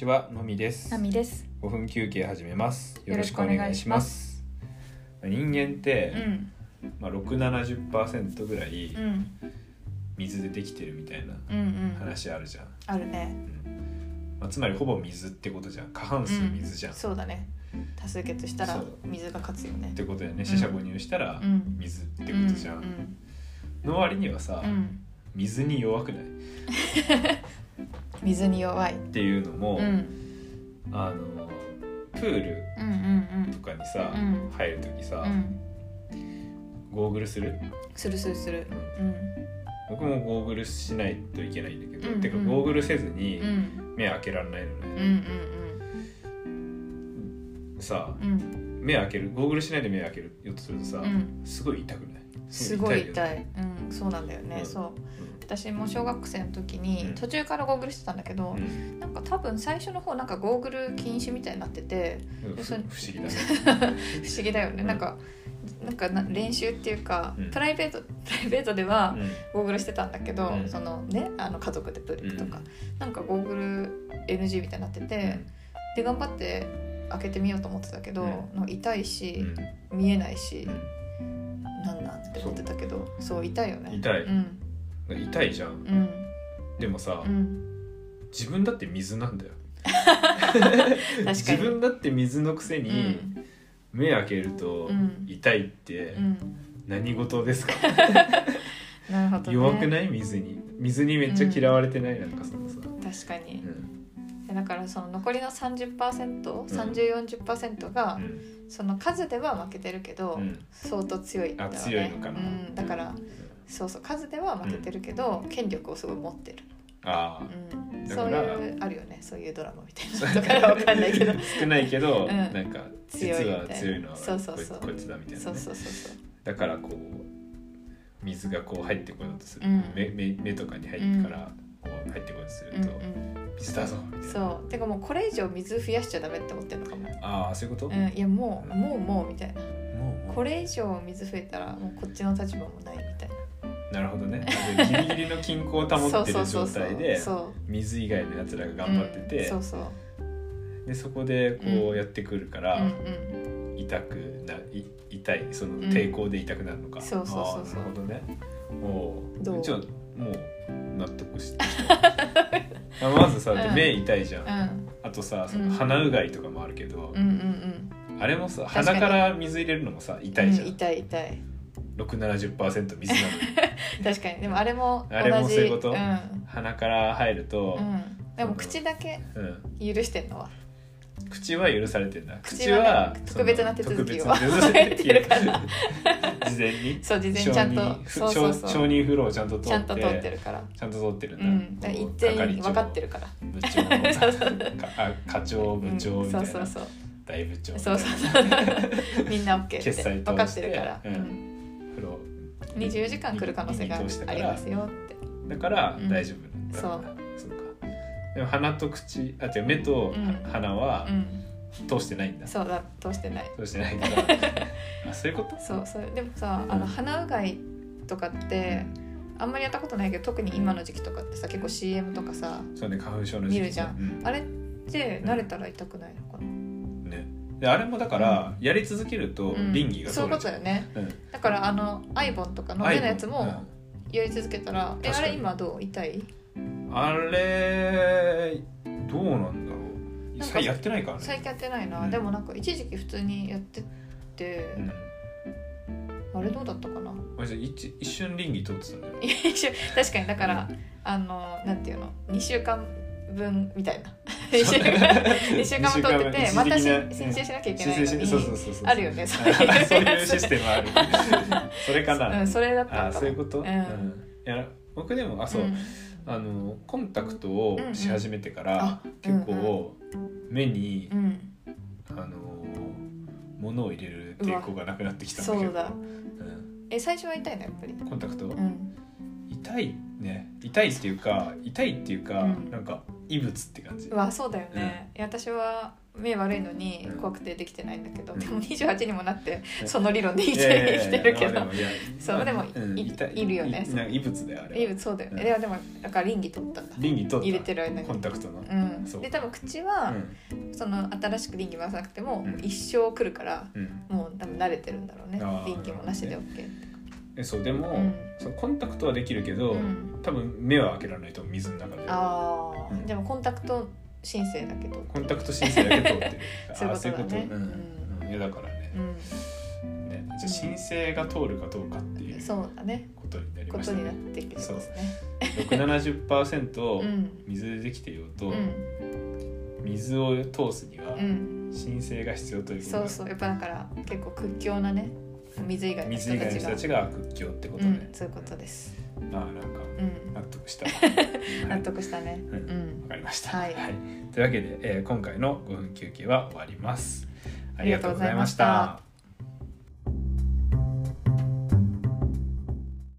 ちは、のみです。 なみです。 5分休憩始めます。よろしくお願いします。人間って、6-70% ぐらい水でできてるみたいな話あるじゃん。 あるね。 つまりほぼ水ってことじゃん。過半数水じゃん。 そうだね。多数決したら水が勝つよね。 ってことだよね。四捨五入したら水ってことじゃん。の割にはさ、水に弱くない？ 水に弱いっていうのも、プールとかにさ、入るときさ、ゴーグルする？ する。 僕もゴーグルしないといけないんだけど、てかゴーグルせずに目開けられないのね。さあ、目開ける、ゴーグルしないで目開けるよとするとさ、すごい痛くない？ すごい痛い。そうなんだよね。そう。私も小学生の時に途中からゴーグルしてたんだけど、なんか多分最初の方なんかゴーグル禁止みたいになってて、 不思議だね。 不思議だよね。なんか練習っていうか、プライベートではゴーグルしてたんだけど、そのね、家族でプールとか、なんかゴーグル NG みたいになってて、で頑張って開けてみようと思ってたけど、痛いし、見えないし、なんって思ってたけど、そう痛いよね。 痛いじゃん。でもさ、自分だって水なんだよ。自分だって水のくせに、目開けると痛いって何事ですか？ なるほどね。 弱くない？水にめっちゃ嫌われてない？なんかそのさ、 確かに、だからその残りの 30%、30-40% が、その数では負けてるけど、相当強いんだよね。 強いのかな。 だからそう数では負けてるけど、権力をすごい持ってる。そういうあるよね、そういうドラマみたいなのとかわかんないけど少ないけど、なんか実は強いのはこいつだみたいなね。だからこう水がこう入ってこようとする、目とかに入ってからこう入ってこようとすると、水だぞみたいな。そうてかもうこれ以上水増やしちゃダメって思ってるのかも。 そういうこと？ いやもうみたいな。これ以上水増えたらもうこっちの立場もないみたいな。 なるほどね。ギリギリの均衡を保ってる状態で水以外のやつらが頑張ってて、でそこでこうやってくるから、痛いその抵抗で痛くなるのか。なるほどね。もう納得してまずさ、目痛いじゃん。あとさ、その鼻うがいとかもあるけど、あれもさ、鼻から水入れるのもさ痛いじゃん。痛い。6-70% 水なのに。 確かに。でもあれも同じ。 そういうこと、鼻から入ると、 でも口だけ許してんのは、 口は許されてんだ。 口は特別な手続きを入ってるから事前にちゃんと承認フローをちゃんと通ってるから、 ちゃんと通ってるんだ。 一定に分かってるから、 部長課長部長みたいな、大部長みんな OK って分かってるから、24時間来る可能性がありますよって。 だから大丈夫。そうか。でも鼻と口、目と鼻は通してないんだ。 そうだ、通してないからそういうこと？そうでもさ、鼻うがいとかってあんまりやったことないけど、特に今の時期とかってさ、結構 CM とかさ、 そうね、花粉症の時期見るじゃん。あれって慣れたら痛くないのかな。 であれもだからやり続けると倫理がそういうことだよね。だからアイボンとかの目のやつもやり続けたら、あれ今どう？痛い？ あれどうなんだろう。やってないからね。 最近やってないな。でもなんか一時期普通にやってて、あれどうだったかな。 一瞬倫理通ってたんだよ。 確かに。だからなんていうの、2週間分みたいな。2週間も取ってて、また申請しなきゃいけないのに、あるよね。そういうシステムある。それかな。 それだったのかな。 そういうこと。いや僕でもコンタクトをし始めてから結構目に物を入れる抵抗がなくなってきたんだけど。そうだ。最初は痛いのやっぱり。コンタクト？痛いね。痛いっていうかなんか異物って感じ。 そうだよね。私は目悪いのに怖くてできてないんだけど、でも28にもなってその理論で生きてるけど、そうでもいるよね。 異物だよあれ。 異物そうだよね。でもだから倫理取ったんだ。 倫理取った。 入れてる間にコンタクトの。 で多分口はその新しく倫理回さなくても一生来るからもう多分慣れてるんだろうね。倫理もなしで OK って。 そうでもそうコンタクトはできるけど多分目は開けられないと水の中で。 でもコンタクト申請だけどコンタクト申請だけ通ってるそういうことだね。 いやだからね、じゃあ申請が通るかどうかっていうことになりましたね。ことになってきてますね。60-70% 水でできていようと、水を通すには申請が必要ということそうやっぱだから結構屈強なね水以外の人たちが屈強ってことね。 そういうことです。 なんか納得した。 納得したね。 わかりました。というわけで今回の5分休憩は終わります。ありがとうございました。